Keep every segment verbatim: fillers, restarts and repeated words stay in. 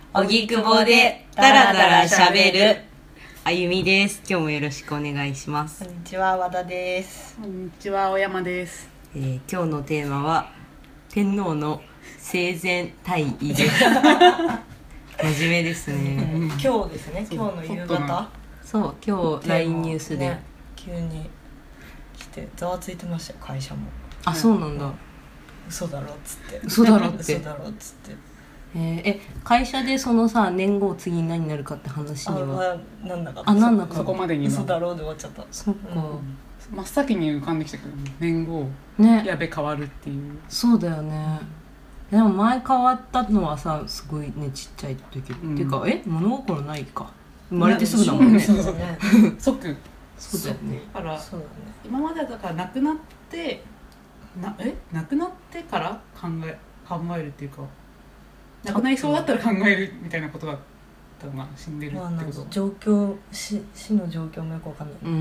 荻窪でダラダラしゃべるあゆみです。今日もよろしくお願いします。 こんにちは、和田です。 こんにちは、小山です。 えー、今日のテーマは天皇の生前退位です。真面目ですね。 うん、今日ですね、今日の夕方。 そう、今日 ライン ニュースで、ね、 急に来てざわついてましたよ、会社も。 あ、そうなんだ。うん、 嘘だろっつって。 嘘だろって。 嘘だろっつって。 えー、え会社でそのさ年号次何になるかって話にはあなんだかったあなんだかそこまでに嘘だろうで終わっちゃった。 そっか、 うん、真っ先に浮かんできたけど年号ねやべ変わるっていう。 そうだよね。でも前変わったのはさすごいねちっちゃい時、うん、っていうかえ物心ないか生まれてすぐだもんね。 そうそうね即そうだよね。 だからそうだね、 今までだから亡くなってなえ亡くなってから考え考えるっていうか亡くなりそうだったら考えるみたいなことだったのが死んでるってこと、まあ、 状況 死, 死の状況もよくわかんない、 うん、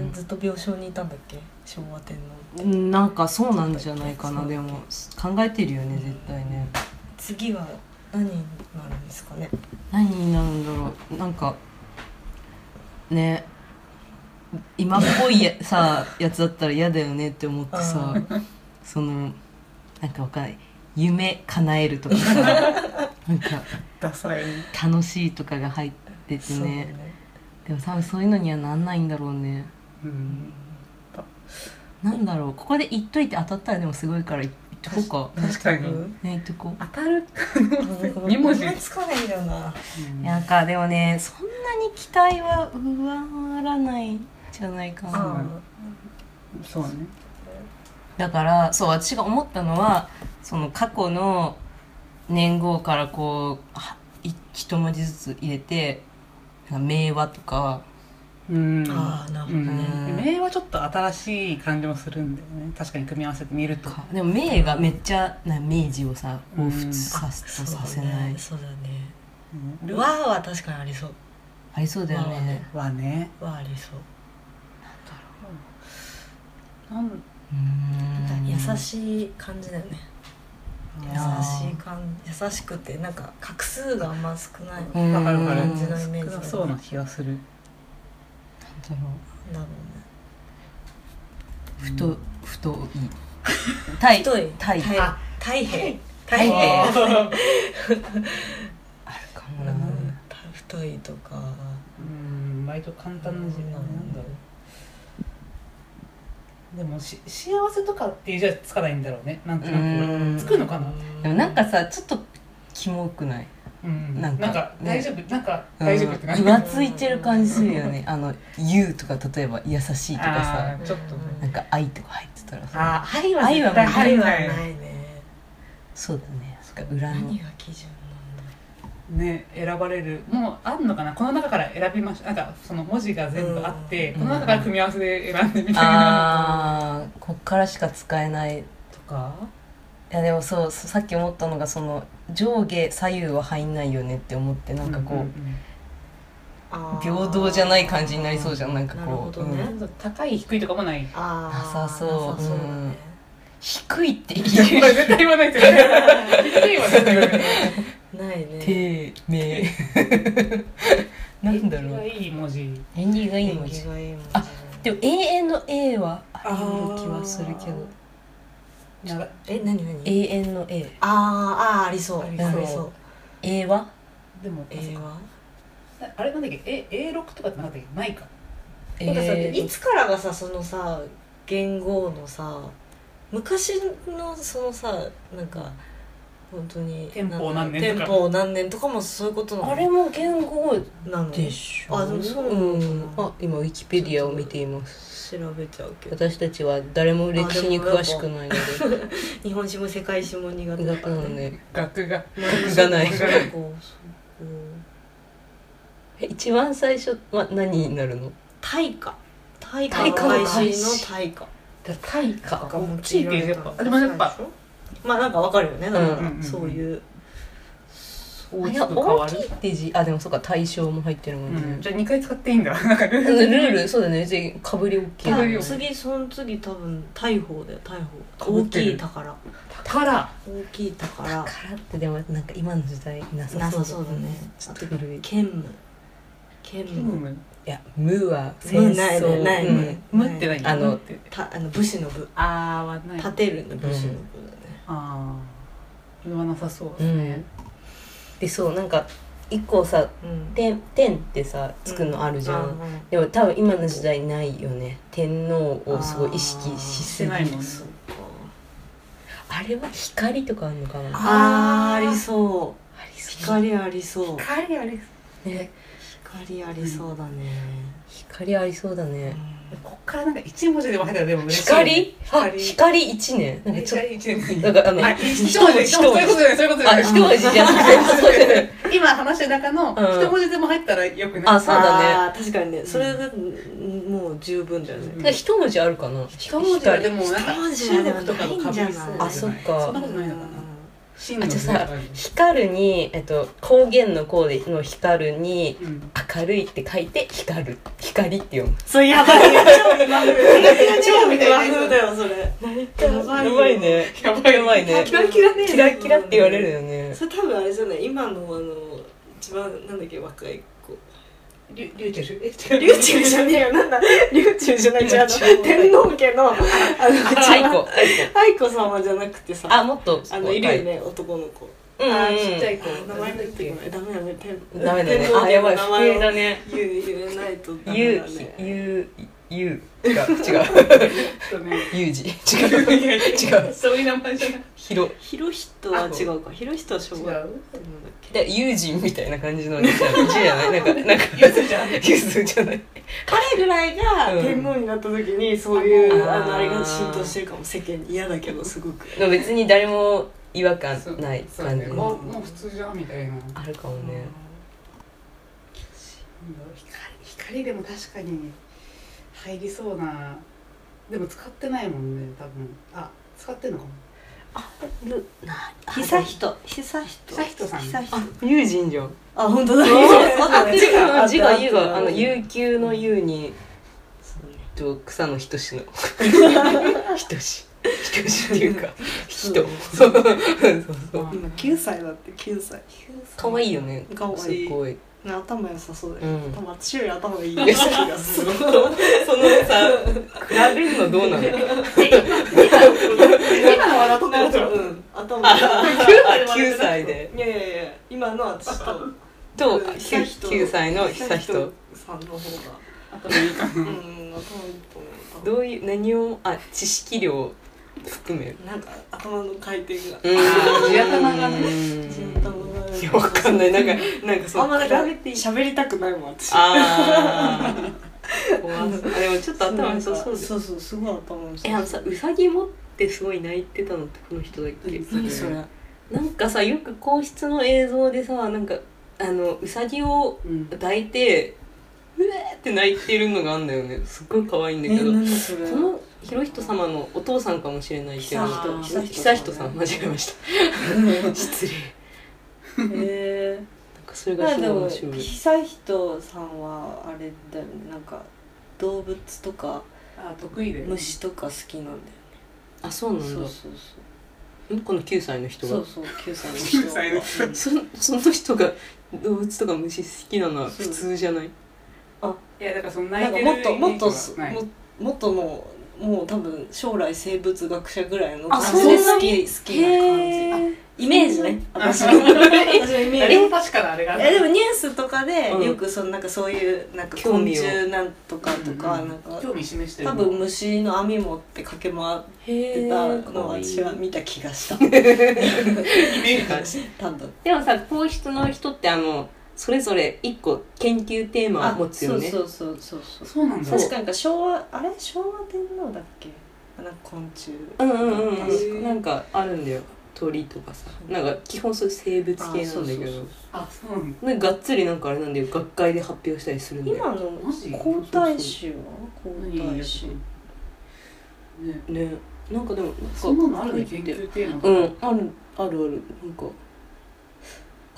ずっと病床にいたんだっけ昭和天皇って。 なんかそうなんじゃないかな。でも考えてるよね絶対ね。 次は何になるんですかね。 何になるんだろう。なんかね今っぽいやさやつだったら嫌だよねって思ってさそのなんかわかんない夢叶えるとかさなんかダサい楽しいとかが入ってて ね, ねでも多分そういうのにはなんないんだろうね。うんなんだろうここで言っといて当たったらでもすごいから言っとこうか。 確かにね言っとこう。 当たるに文字つかないんだよな、 うん、なんかでもねそんなに期待は上回らないんじゃないかな。 そうね。 だからそう私が思ったのはその過去の年号からこう一文字ずつ入れて明和とか、 うん、 ああなるほどね、 うん、明はちょっと新しい感じもするんだよね。確かに組み合わせてみると。 でも明がめっちゃな明治をさ彷彿さすとさせない。 そうだね。うん、和は確かにありそう。 ありそうだよね。 和ね。 和ありそう。 なんだろう。なんうん優しい感じだよね。優しい感じ、優しくてなんか画数があんま少ない感じのイメージ。 少なそうな気がする。 なんだろう。 だろうね。太太い。太太い。 太太平。太平。 あるかもな。 太いとか。 うん割と簡単な字なんだろう。でもし幸せとかっていう字はつかないんだろうね。なんとなくつくのかな。 でもなんかさちょっとキモくない？ うん、 なんか、 なんか大丈夫、ね、なんか大丈夫ってな、 うん、浮ついてる感じするよね。あの言うとか例えば優しいとかさちょっと、ね、 なんか愛とか入ってたらさあ愛は愛はないね。 そうだね。裏の何が基準ね選ばれるもうあんのかな。この中から選びましょう。なんかその文字が全部あって、うん、この中から組み合わせで選んでみたいな。 ああこっからしか使えないとか。 いやでもそうさっき思ったのがその上下左右は入んないよねって思ってなんかこう、うんうんうん、平等じゃない感じになりそうじゃん。なんかこう、 ねうん、高い低いとかもない。 なさそう。そう、うん、低いって言う絶対言わないですよね。低いは絶対言わない。 ないね。 低迷なんだろう。 縁起がいい文字。 縁起がいい文字。あでも永遠の A はあり得る気はするけど。 え何何永遠の A。 ああありそう。ありそう。 A はでも A はあれなんだっけ エーろく とかってなかったっけないか。 なんかさいつからがさそのさ元号のさ昔のそのさなんか本当に天保何年とか天保何年とかもそういうことなの。 あれも元号なのでしょ。 あでもそうなの、うん、 あ今ウィキペディアを見ています。 調べちゃうけど私たちは誰も歴史に詳しくないので日本史も世界史も苦手だからね。 学が学がない一番最初は何になるの？ 大化大化の開始の大化大化が用いられたの。 でもやっぱまあなんかわかるよね。だから、 うんうんうん、 そういう大きいやく変わる。 大きいって字あでもそうか対象も入ってるもんね、 うん、じゃあにかい使っていいんだ。なんかルールルールそうだね別にかぶり OK かぶりい OK や次その次多分大砲だよ大砲大かぶってるきい宝宝。 大きい宝からってでもなんか今の時代なさなそうさそうだねちょっと古いい剣務剣キ務ムや無は戦無ない争ないうんないムって何？ あのムってたあの武士の武あーはない。 立てるの武士の武だね、 ああ。言わなさそうですうんね。 でそうなんか一個さうん天天ってさつくのあるじゃん、 うでも多分今の時代ないよね天皇をすごい意識しすぎしてないもんね。 そうかあれは光とかあるのかなあーありそうありそう光ありそう光あれ。 ね光ありそうだね、 光ありそうだね、 こっからなんか一文字でも入ったらでも嬉しいよね。 光あ光一年なんかちょっ光一年となんかあのあ一文字一文字そういうことじゃないそういうことじゃない。 あ一文字じゃなくてそうじゃない今話した中のうん一文字でも入ったらよくない？ あそうだねあー確かにねそれでもう十分だよね、 うんなんか一文字あるかな一文字はでもなんか一文字中はでも国とかのかぶりそうじゃない。 あそっかそんなことないのかな。真のあじゃあさ字とか光るに、えっと、光源の光での光るにうん。 明るいって書いて光る光って読むそれやばい超今風超みたいな今風だよそれやばいよやばいねやばいやばいねキラキラね。 キラキラって言われるよねそれ多分あれじゃない今のあの一番なんだっけ若い子リュリューチェル。えリューチェルじゃねえよなんだリューチェルじゃない違うあの天皇家のあの愛子愛子様じゃなくてさあもっとあのいるよね男の子うんうんあーちっちゃい子。 名前出てこないダメだね天ダメだね天皇あやばい不家の名前を敬だね言う言えないとダメゆうだねゆうゆう違う違うそうね。 ゆうじ違ういやいや違うそういう名前じゃない。 ひろヒロヒトは違うかヒロヒトは小学校違う。 なんだっけで友人みたいな感じの字じゃない字じゃないなんかなんかゆずじゃん。 ゆずじゃない彼ぐらいがうん天皇になった時にそういうあーあのあれが浸透してるかも世間に嫌だけどすごくでも別に誰も違和感そうないそう感じねもうもう普通じゃんみたいな。 あるかもね光光でも確かに入りそうな。でも使ってないもんね多分。あ使ってんのかも。 るな久人久人久人さん久人あ友人じゃんあ本当だあ合ってるかな字が「ゆ」 合ってるがあの悠久の「悠」にと草の仁しの仁し仁しっていうか人そうそうそう今きゅうさいだってきゅうさい可愛いよねかわいいすごいね頭良さそうだよ、 うん多分私より頭がいいいや気がするそのさ比べるのどうなの今の笑ってたうん頭あがきゅうさいでいやいやいや今の私ととうんきゅうきゅうさいの悠仁さんの方が頭いいかな。 うん頭いいと思うどういう何をあ知識量含めるなんか頭の回転がうん地頭がね地頭がいやわかんないなんかなんかそうあんまなんか比べていい喋りたくないもん私あー怖そうあでもちょっと頭良さそうですそうそうすごい頭良さそうえあのさうさぎ持ってすごい泣いてたのってこの人だっけ何それなんかさよく皇室の映像でさなんかあのうさぎをうん。 抱いてうえーって泣いてるのがあんだよねすっごい可愛いんだけえど何それこの裕仁様のお父さんかもしれないけど悠仁悠仁さん間違えました失礼へなんかそれえがすごいでも面白い久人さんはあれだよねなんか動物とかあ得意で。 虫とか好きなんだよねあそうなんだそうそうそんこのきゅうさいの人がうそうそうきゅうさいのきゅうさいの人うんそその人が動物とか虫好きなのは普通じゃないいやだからそのなん泣いてるかもっともっとイメージはないももっともうもう多分将来生物学者ぐらいのあ感じでそんな好き好きな感じへイメージねあ私の私のイメージ誰も確かなあれがある。 えでもニュースとかでうんよくそのなんかそういうなんか興味を昆虫なんとかとかうんうんなんか興味示してる多分虫の網持って駆け回っへてたのをー私は見た気がしたイメージ多分でもさ皇室の人ってあのそれぞれ一個研究テーマを持つよねそうそうそうそうそうなんだ。 確かに昭和あれ昭和天皇だっけなんか昆虫うんうんうん確うんなんかあるんだよ鳥とかさなんか基本そういう生物系なんだけあそうそうそうどあそうなんだ。 なんかがっつりなんかあれなんだよ学会で発表したりするんだよ今のマジ皇太子は皇何太子ねねなんかでもなんかそんなのあるね研究テーマ。 うんあるあるあるなんか書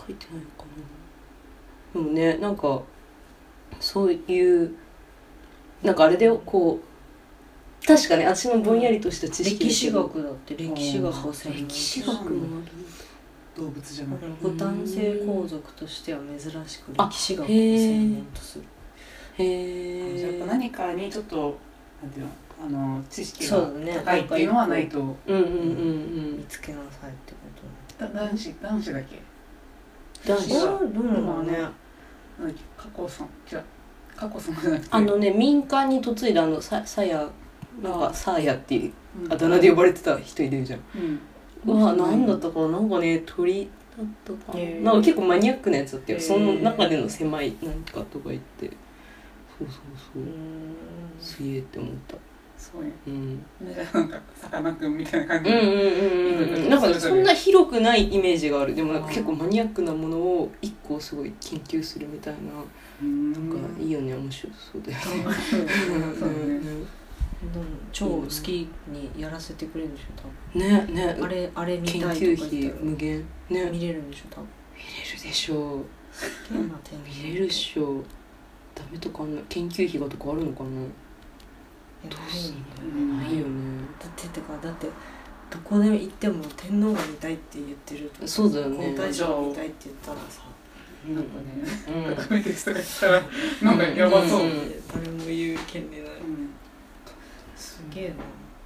書いてないのかな。でもね、なんかそういうなんかあれでこう確かね、私のぼんやりとした知識歴史学だって歴史学を専門歴史学もある。 動物じゃなくてボタン性皇族としては珍しく歴史学をあへー専門とする。 へえ。 やっぱ何かにちょっとなんていうの、あの知識がそうだね高いっていうのはないと。 うんうんうんうん見。つけなさいってこだ男子男子だっけ？ 男子と。どうどうなのね。 なんだっけ加藤さん違う加藤さんじゃなくてあのね、民間に嫁いだあのささやなんかさやっていううんあだ名で呼ばれてた人いるじゃん。 うんうわなんだったかな、なんかね鳥だったかな、 へーなんか結構マニアックなやつだったよ。 へーその中での狭いなんとかとか言ってそうそうそうう、 んすげえって思った。 そうね。 うんじゃあなんかさかなクンみたいな感じで。 うんうんうんうん、なんかそんな広くないイメージがある。でもなんか結構マニアックなものを一個すごい研究するみたいな、 うんなんかいいよね、面白そうだよね。 そうね。 でも超好きにやらせてくれるんでしょ多ねね分。あれあれ見たい研とか究費言ったら無限ね見れるんでしょ多分。 見れるでしょう。 変な点見れるっしょ。ダメとかあんな研究費がとかあるのかな。 どうすんだよ。 うんないよね。 だっててかだってどこで行っても天皇が見たいって言ってるとそうだよね皇太子が見たいって言ったらさなんかね、 うん革命的人が来たらなんかやばそう。 うんうん誰も言う権利ない。すげえ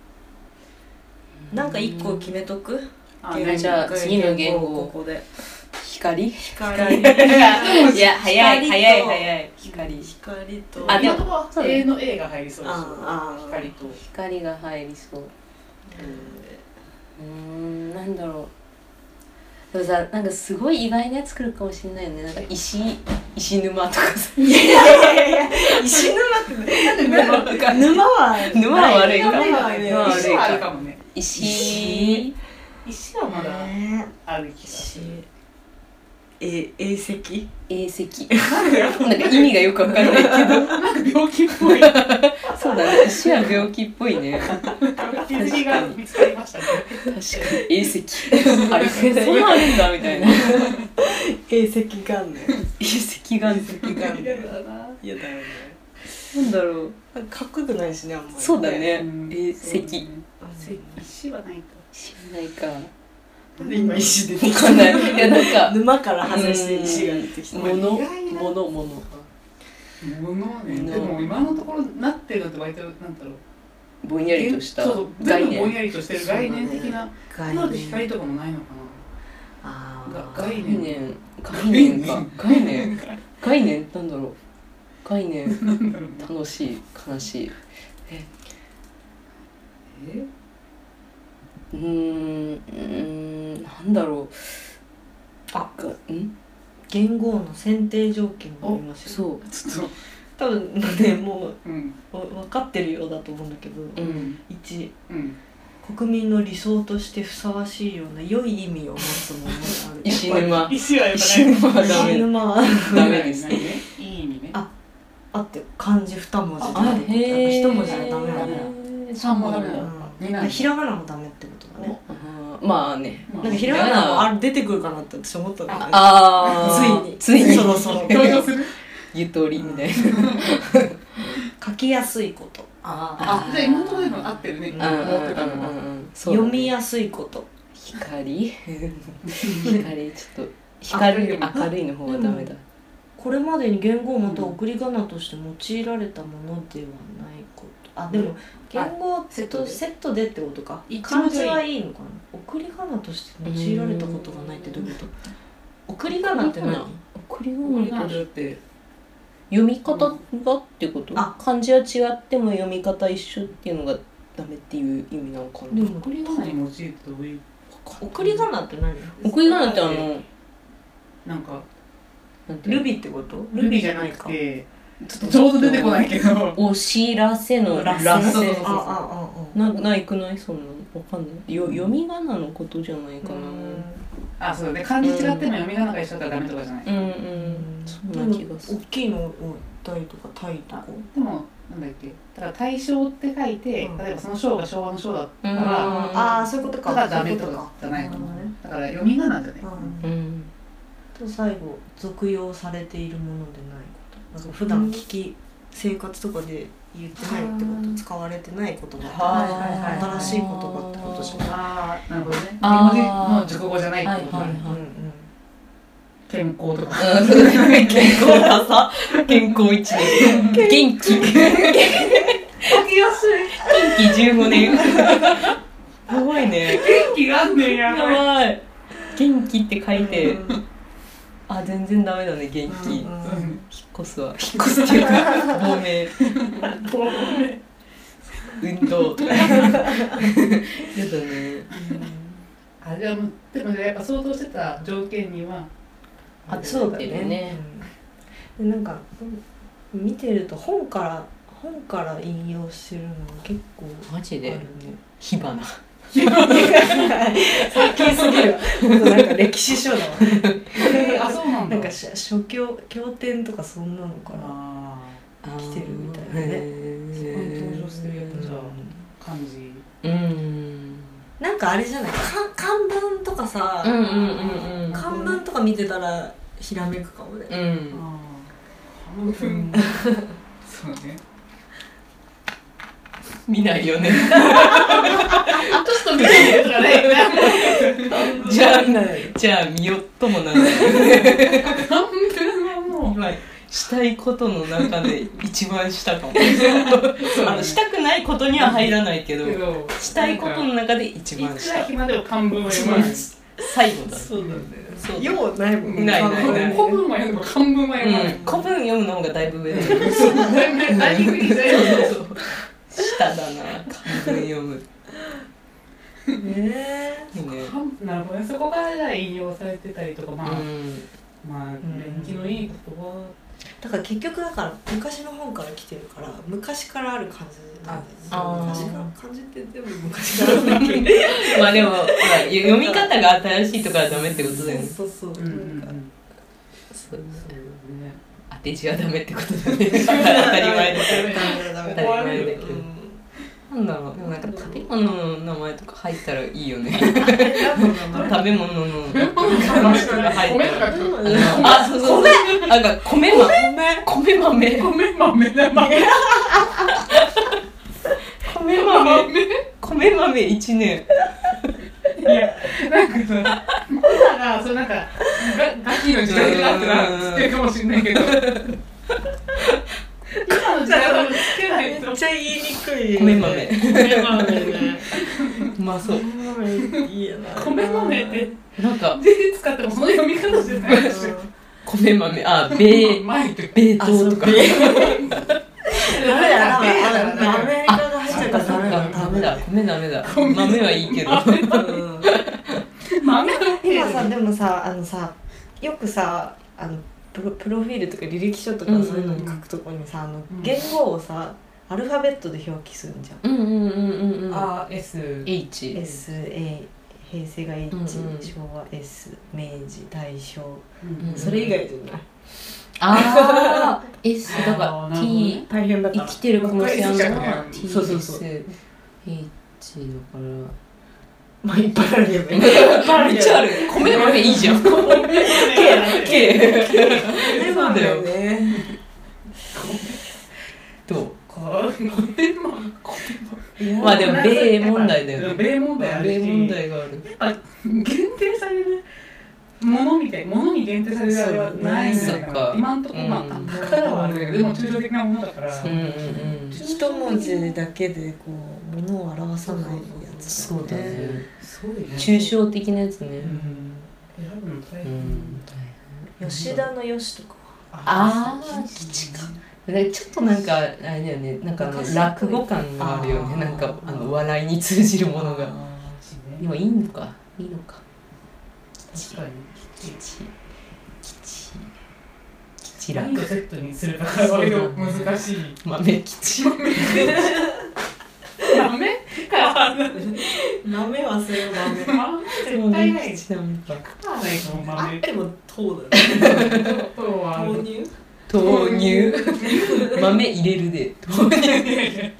な。なんか一個決めとく。 あねじゃあ次の言語ここで光。 光いや早い光と早い早い。光。 光とあでも今のところ A の A が入りそうです。 ああ光と。 光が入りそう。うーん、なんだろう。でもさ、なんかすごい意外なやつ来るかもしれないよね。なんか石石沼とかさ。 いやいやいや石沼ってなんで沼沼は沼は悪いか。 沼はね沼は悪石はあるいか。 かもね。 石。 石はまだねある気がす石る。 え永石永石。なんか意味がよくわかんないけど。 なんか病気っぽい。 そうだね。石は病気っぽいね。 気づきが見つかりましたね。 確かに永石。あれそうなんだみたいな。 永石元年永石元年。 元年嫌だな。 嫌だよね。 なんだろう。 かっこよくないしねあんまり。 そうだねうん。 永石。 そうね石はないか。 知らないか。 なんで今石出てきわかんない。いやなんか。 沼から外して石が出てきた。 物意外な物物。 ものね。 物でも今のところなってるのって割となんだろう。 ぼんやりとしたそうそう概全部ぼん念。 やりとしてる概念的な。 概なので光とかもないのかあな。がー概念。 概念。概念か。概念。概念なんだろう。概念。 なんだろうな。 楽しい悲しい。 え？ うーんうーんなんだろう。 あがん？ 元号の選定条件がありますよ。 そう。 ちょっ多分ねもうと。うん。 わ分かってるようだと思うんだけど、 うん。 いちうん。 国民の理想としてふさわしいような良い意味を持つものがある。 石沼。 石はやっぱ石沼はダ石メ。 沼はダメですね。いい意味ね。 ああって漢字二文字でああること。やっぱ一文字じゃダメダなんだよ。 へー三もダメだ。 うん、ひらがなもダメってことだね。 あーまあね。 まあなんかひらがなもあ出てくるかなって私思ったんだよね。 ああ。 ついについにそろそろ登場する。 ゆとりみたいな。 書きやすいこと、 ああ、じゃあ今のところでも合ってるね。 うん思ってたのは。 読みやすいこと。 光光ちょっと光る明るいの方がダメだ。 これまでに元号また送り仮名として用いられたものではないこと。あでも元号とセットでってことか。漢字はいいのかな。送り仮名として用いられたことがないってどういうこと？送り仮名って何？ 送りこれなん仮名とだって。 読み方がってこと？ あ漢字は違っても読み方一緒っていうのがダメっていう意味なのかな。 でも送り仮名に用いるとどういう。 送り仮名って何？ 送り仮名ってあのなんか。 なんていうのルビってこと？ ルビーじゃなくて。ちょっとちょうど出てこないけど。 お知らせのラッセラッセそうそうそうああああなないくないそんなのわかんないよ読み仮名のことじゃないかな。 あ、そうだね。漢字違っても読み仮名が一緒だったらダメとかじゃない。 うんうんそんな気がする。 大きいのをたりとかタイとか。 でもなんだっけ。だから大正って書いて、 うん例えばその正が昭和の正だったうんら、 ああそういうことか。 ただダメとそういうこかじゃないのなるほどね。 だから読み仮名じゃない。 うんうん例と最後俗用されているものでないことなんか普段聞き、生活とかで言ってないってこと使われてない言葉新しい言葉ってことじゃないああなるほどねあ日本人の熟語じゃないってことね、 はいはいはい健康とか健康ださ健康一年元気元書きやすい気じゅうごねんやばいね元気があんねんややばいばい元気って書いて、 うんあ全然ダメだね元気、 うん引っ越すわ引っ越すっていうか亡命運動とかやだねあじゃあもうでもねやっぱ想像してた条件にはあそうだよね、 うん、でなんか見てると本から本から引用してるのが結構マジであるね火花最近すぎるほんとなんか歴史書だわえーあそうなんだなんか書経経典とかそんなのからあ来てるみたいなねそこに登場してるやつじゃあ感じうんなんかあれじゃないか漢文とかさ、 うんうんうんうん漢文とか見てたらひらめくかもね、 うんあ半分そうね見ないよねちょっと見てるからねじゃあ見ないじゃあ見よっともならない半分はもう今したいことの中で一番したかもあのしたくないことには入らないけどけどしたいことの中で一番いくらした暇でも漢文は読まない最後だそうだねそう用ないもんないないない古文は読む漢文は読まないうん、古文読むの方がだいぶ上だよタイミングに大丈夫下だな漢文読むねいいねなるほどねそこからじゃあ引用されてたりとかまあ、 うんまあ縁起のいい言葉だから結局だから昔の本から来てるから昔からある漢字なんだよねああ昔から漢字って全部昔からあるんだけどまあでもほら読み方が新しいとかはダメってことだよねそうそうそう、 うんうんなんかそうね当て字はダメってことだね当たり前だけどダメだダメだ当たり前だけどうんなんだろうでもなんか食べ物の名前とか入ったらいいよね何の名前食べ物の名前が入米ったらとかあそうそうそうなんか米豆米豆米豆だ豆米豆米豆一年いやなんかさ今がそうなんかガキの時代だってなつってるかもしれないけど今の時代はつけないとめっちゃ言いにくい米豆米豆ねうまそう米豆いいやな米豆ってなんか全然使ってもその読み方じゃないでしょ米豆あ米前とか米糖とかダメだダメだアメリカが入っちゃうからそっかダメだ米ダメだ豆はいいけど豆の今さでもさあのさよくさあのプロ、プロフィールとか履歴書とかそういうのに書くとこにさ、あの言語をさアルファベットで表記するんじゃん、 うんうんうんうんうんあ S H エスエー 平成が H、 うんうん昭和 S 明治大正、 うんそれ以外じゃないあー S だかあーらなるほどね T 大変だから生きてる可能性あるのはうん T そうそうそう S H だからまあいっぱいあるよねめっちゃある米豆いいじゃん K K そうだよねどう米豆まあでも米問題だよね米問題あるし米問題がある限定されるものみたいものに限定されるあれはないんじゃないかそっかな今んとこまあうんだからはあるけどでも抽象的なものだからうんうんうん一文字だけでこう物を表さないやつそうだねそうだよね抽象的なやつねうん選ぶの大う変ん吉田の吉とかああ吉かでちょっとなんかあれだよねなんかあの落語感があるよねなんかあの笑いに通じるものがでもいいのかいいのか確かに吉吉吉何楽とセットにするかが割と難しい豆吉豆か豆はそれは豆豆絶対ない吉豆かないかも豆あっても糖だねとは豆乳豆乳豆入れるで豆乳入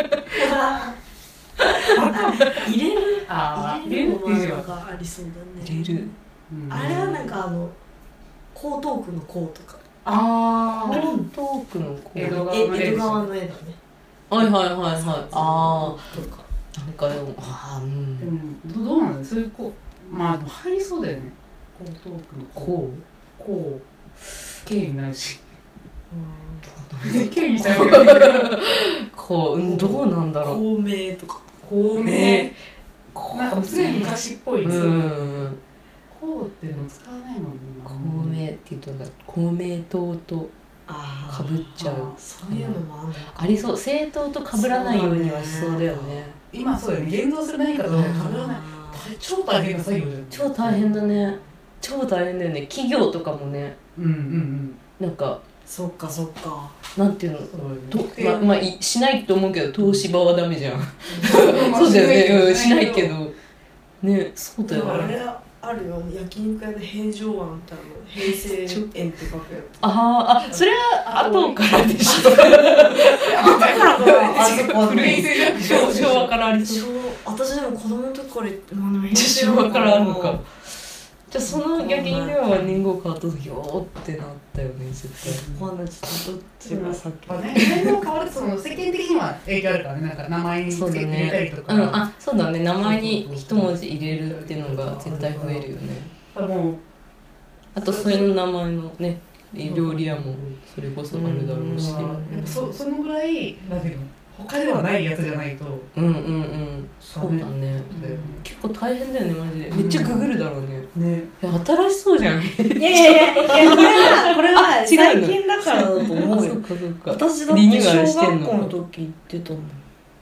れるあー入れるの入れるっていうなんかありそうだね入れるあれはなんかあの江東区の江とかああ江東区の江戸え川の絵江戸川の絵だねはいはいはいはいああとかなんかでもああうんでもどどうなんだそういうこうまあでも入りそうだよね江東区のここう経になるしうん経にしちゃうけどうこううんどうなんだろう公明とか公明ねなんか常に昔っぽいですよねうんこうっていうの使わないもんね公明って言うとなんか公明党とあかぶっちゃうそういうのもあるのかありそう政党とかぶらないようにはしそうだよね今そうよね現像する何かとか被らない超大変な作業じゃん超大変だね超大変だよね企業とかもねうんうんうんなんかそっかそっかなんていうのそうとままあいしないと思うけど東芝はダメじゃんそそうだよね、うん、しないけどねそうだよねあれあるよね焼肉屋で平城庵ってあの平成園って書くやつあーあそれは後からでしょだからかあそこ古い世じゃん昭昭和からありそう昭私でも子供の時からあの平成昭和からあるのかじゃあその焼肉屋は年号変わった時おーってなったよね絶対わかんないちょっとどっちが先まあね年齢変わるとその世間的には影響あるからねなんか名前につけて入れたりとか、 うん、あそうだね名前に一文字入れるっていうのが絶対増えるよねもうあとそれの名前のね料理屋もそれこそあるだろうしやっぱそそのぐらいなんていうの他ではないやつじゃないとうんうんうんそうだね結構大変だよねマジでめっちゃググるだろうねねいや新しそうじゃんいやいやいやいやこれはこれはあ違う最の近だからだと思うそっよかそっか私だっリニュて小ーアルしてんの学校の時行ってたもん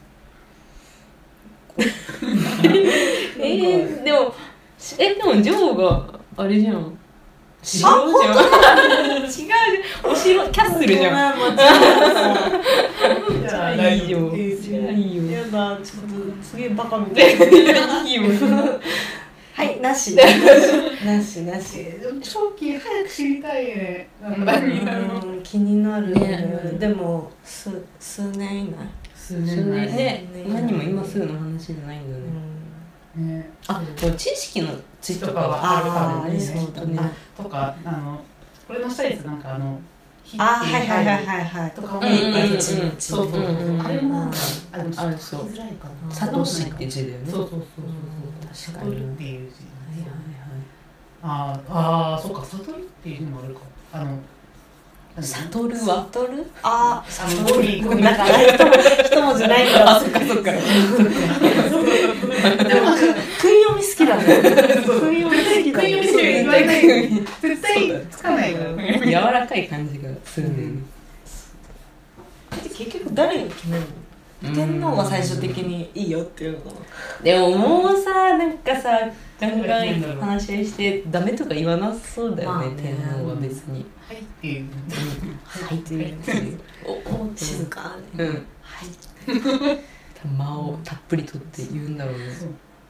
えー、でもえでもジョーがあれじゃん城じゃん違うじゃんお城キャッスルじゃんごめん間違えたじゃあいいよえじゃあいいよやだちょっとすげえバカみたいないいよはいなしなしなしでも長期早く知りたいねなんか何になるのうん気になるねでも数数年以内数それ年ねね何も今すぐの話じゃないんだよねねあでも知識の知とかはあるあーからねそうだねとかあのこれの下ですなんかあのあはいはいはいはいはいとかもうんうんうんうんそうそうそううんうんあれもなんかあでもあるそう書きづらいかなサトシって字だよねそうそうそうそう確かに悟るっていう字はいはいあーあーそっか悟るっていうのもあるかあの悟るは悟るああのゴリゴリなんか一文一文字ないからあそっかそっかでも訓読み好きだね訓読み好きだね訓読み好き言わない絶対つかないから柔らかい感じがするんだよね結局誰が決めるの天皇が最終的にいいよっていうのかなでももうさなんかさガンガン話し合いしてダメとか言わなそうだよね、 まあね天皇は別にはいっていうはいっていうおおって静かにうんはい間をたっぷりとって言うんだろうねそう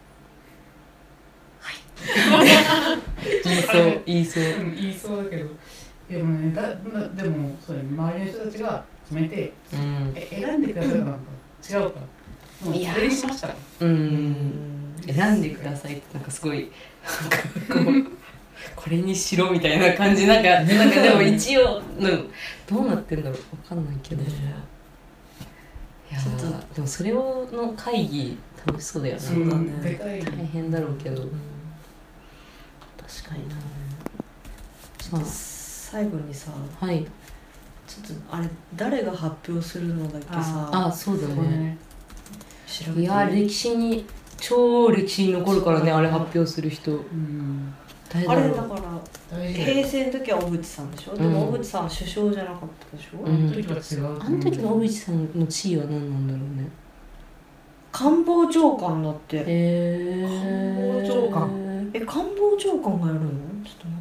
言いそう言いそううん言いそうだけどでもねだなでもそうね周りの人たちが決めてうんえ選んでくださるのなんか違うからもういやそれにしましたううん選んでくださいってなんかすごいなんかこうこれにしろみたいな感じなんかなんかでも一応うんどうなってんだろうわかんないけど、いやちょっーでもそれをの会議楽しそうだよね、 そうだねでかい大変だろうけど確かになまあ最後にさはいちょっとあれ誰が発表するのだっけさあそうだねそうね調べていや歴史に超歴史に残るからねあれ発表する人うん誰だろうあれだから大事平成の時は小渕さんでしょ、でも小渕さんは首相じゃなかったでしょ、 うんあの時は違うあの時の小渕さんの地位は何なんだろうね官房長官だってへえ官房長官え官房長官がやるのちょっと待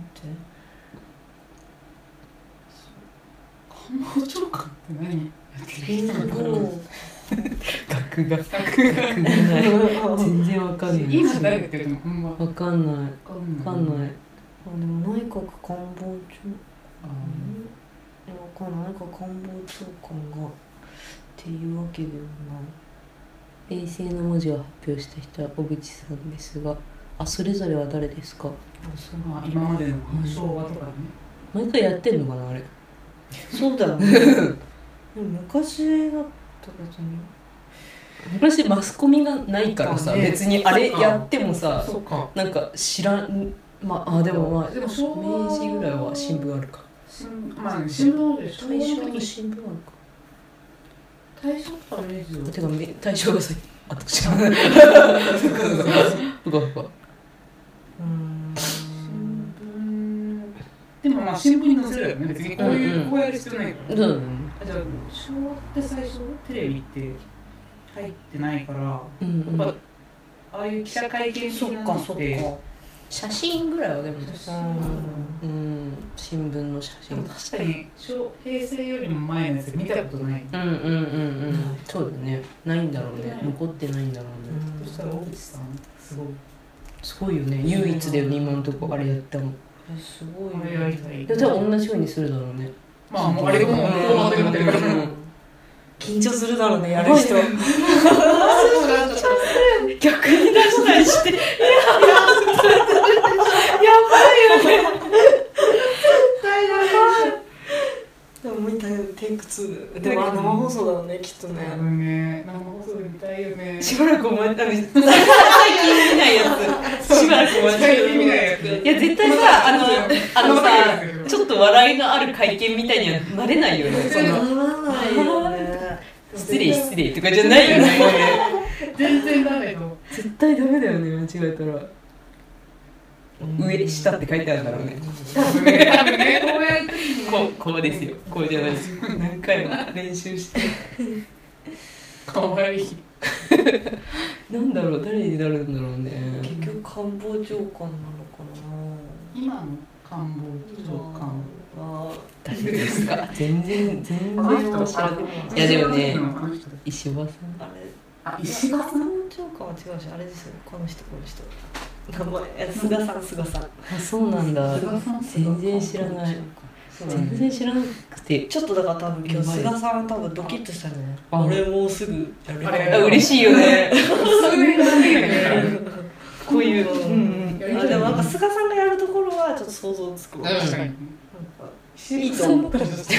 官房長官って何って官学が学がない全然わかんない今誰が言ってるのほんまわかんないわわかんないあでも内閣官房長あいやわかんない内閣官房長官がっていうわけではない平成の文字を発表した人は小渕さんですがあそれぞれは誰ですかあそうまあ今までの昭和とかね毎回やってんのかなあれ。 そうだよねでも昔だった別に昔マスコミがないからさ、 ね別にあれやってもさ、 そうか。 なんか知らん、まああでもまあでも昭和明治ぐらいは新聞あるか。 新まあ新聞あるでしょ。 大正の新聞あるか。 大正から明治だてかめ大正がさあと知らない。ふかふか。 うん新聞でもまあ新聞に載せるよね。別にこういう、 うんうんこうやる必要ないから。 そうだね。 あじゃあ昭和って最初テレビって入ってないから、 うんうんやっぱああいう記者会見的そっなかそっかのって写真ぐらいはでも写真うん新聞の写でも真。 確かに昭平成よりも前のやつ見たことない。 うんうんうんうん。そうだね。ないんだろうね。残ってないんだろうね。 そしたら大口さんすごい。 すごいよね。唯一だよね今のとこあれやったの。 すごいこれやりたい。 で多分同じようにするだろうね。 まあもうあれももうフォーマットになってるから。 緊張するだろうねやる人逆に出したりして。 でも見たよテイクツーでもあ生放送だろうねきっとね多分ね生放送で見たいよね。 しばらくお前多分最近見ないやつ。しばらくお前最近見ないやつ。 いや絶対さあのあのさちょっと笑いのある会見みたいにはなれないよね。そのないよね失礼失礼とかじゃないよね。 全然ダメよ。 絶対ダメだよね間違えたら。上下って書いてあるんだろうね。 多分ね多分ねこうやってこうこうですよ。こうじゃないですよ。何回も練習して。 かわいい。 なんだろう誰になるんだろうね。 結局官房長官なのか今の官房長な官。 あ誰ですか。全然全あの人然知らない。 あいやでもねあの人石破さん。 あれあ石破さん。 官房長官は違うしあれですよこの人この人名前え菅さん菅さんあそうなんだ。全然知らない。全然知らなくて。 ちょっとだから多分今日菅さん多分ドキッとしたねあ俺もうすぐやるあれあ嬉しいよね。 数年なんだけど。 こういう。 ううんんあでもなんか菅さんがやるところはちょっと想像つくわ、 うん確かに。 なんかいいと思う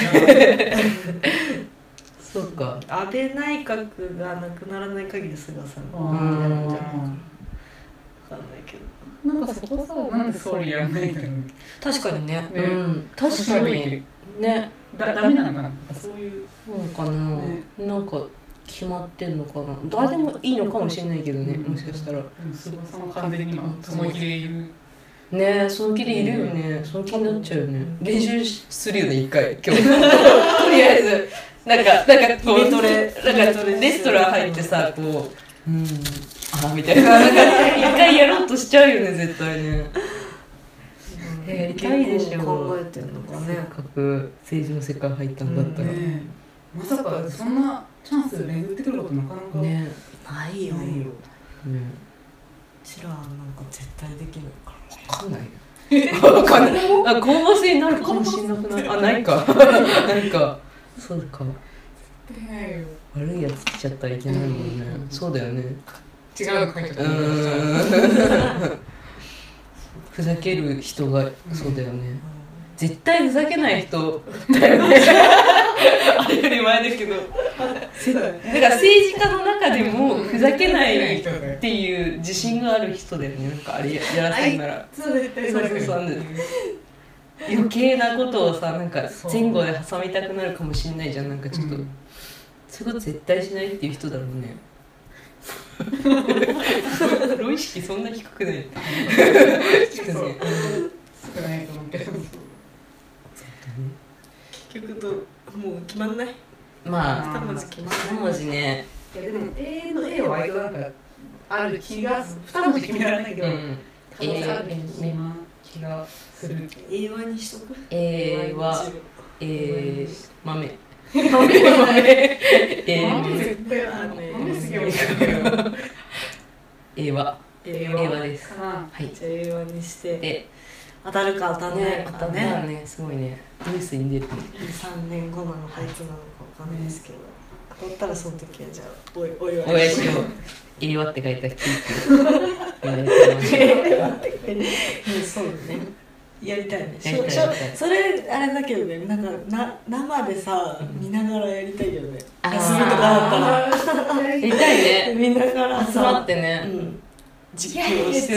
そうか。 安倍内閣がなくならない限り菅さんがあやるんじゃないかーわかんないけどなんかそこさなんで総理やらないんだろう。 確かにねうん。確かに。ね。 だダメなのかな。そういう。 そうかな。なんか決まってんのかな。誰でもいいのかもしれないけどね。もしかしたら。 菅さんは完全に今その気でいる。 ねその気でいるよね。その気になっちゃうよね。練習するよね一回今日。とりあえずなんかなんかこうトレなんかレストラン入ってさこううんあみたいななんか一回やろうとしちゃうよね絶対ね。やりたいでしょ。 考えてんのかねせっかく政治の世界入ったんだったら。 ねまさかそんなチャンス巡ってくることなかなかねないよないよ。 ねうちらはなんか絶対できないからわかんないわかんない。あ、高校生になるかもしれなくない。あ、ないか。ないか。そうか。 ないよ。 悪いやつ来ちゃったらいけないもんね。そうだよね。 違うの書いちゃった。 うーん。ふざける人がそうだよね。絶対ふざけない人だよね。あれより前だけど。だから政治家の中でもふざけないっていう自信がある人だよね。なんかあれやらせるなら。 そう絶対そうそうそう余計なことをさなんか前後で挟みたくなるかもしれないじゃん。なんかちょっと、 うんそういうこと絶対しないっていう人だろうね。プロ意識そんな低くない。低くない。 少ないと思うけど。 結局ともう決まんないまあ二文字決まん二文字ね。 いやでも A の A は割となんかある気がする。二文字決められないけど、 うん。 可能性ある気がする。 英和にしとく A はえー豆。 豆豆。え豆ー絶対あるね。豆すげえ美味しいけど。 A は英 A はです。 かな。 はい。 じゃあ英和にしてで当たるか当たんないねか当たったねすごいね。ニュースに出るね。 さんねんごなのかいつなのかわかんないですけど当たったらその時はじゃあおいおいおやしを A はって書いたキープ。言われてました。 そうだねやりたいね。 やりたいしょやりたいそれあれだけどね、なんかな生でさ、見ながらやりたいよね。 あー休みとかだったらやりたいね見ながらさ集まってね、 うん、実況して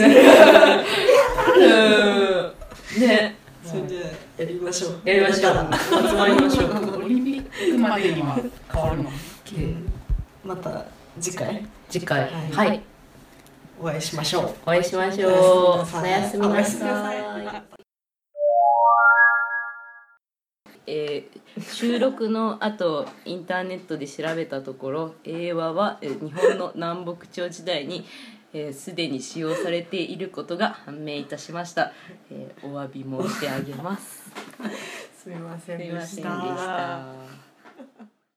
うんねそれでやりましょう。 やりましょう集まりましょうオリンピックまでには変わるの。 うんまた次回次回はいはいお会いしましょう。 お会いしましょうおやすみなさい。えー収録の後インターネットで調べたところ、英和はえー日本の南北朝時代にえーすでに使用されていることが判明いたしました、えーお詫び申し上げますすみませんすいませんでしでした。 た。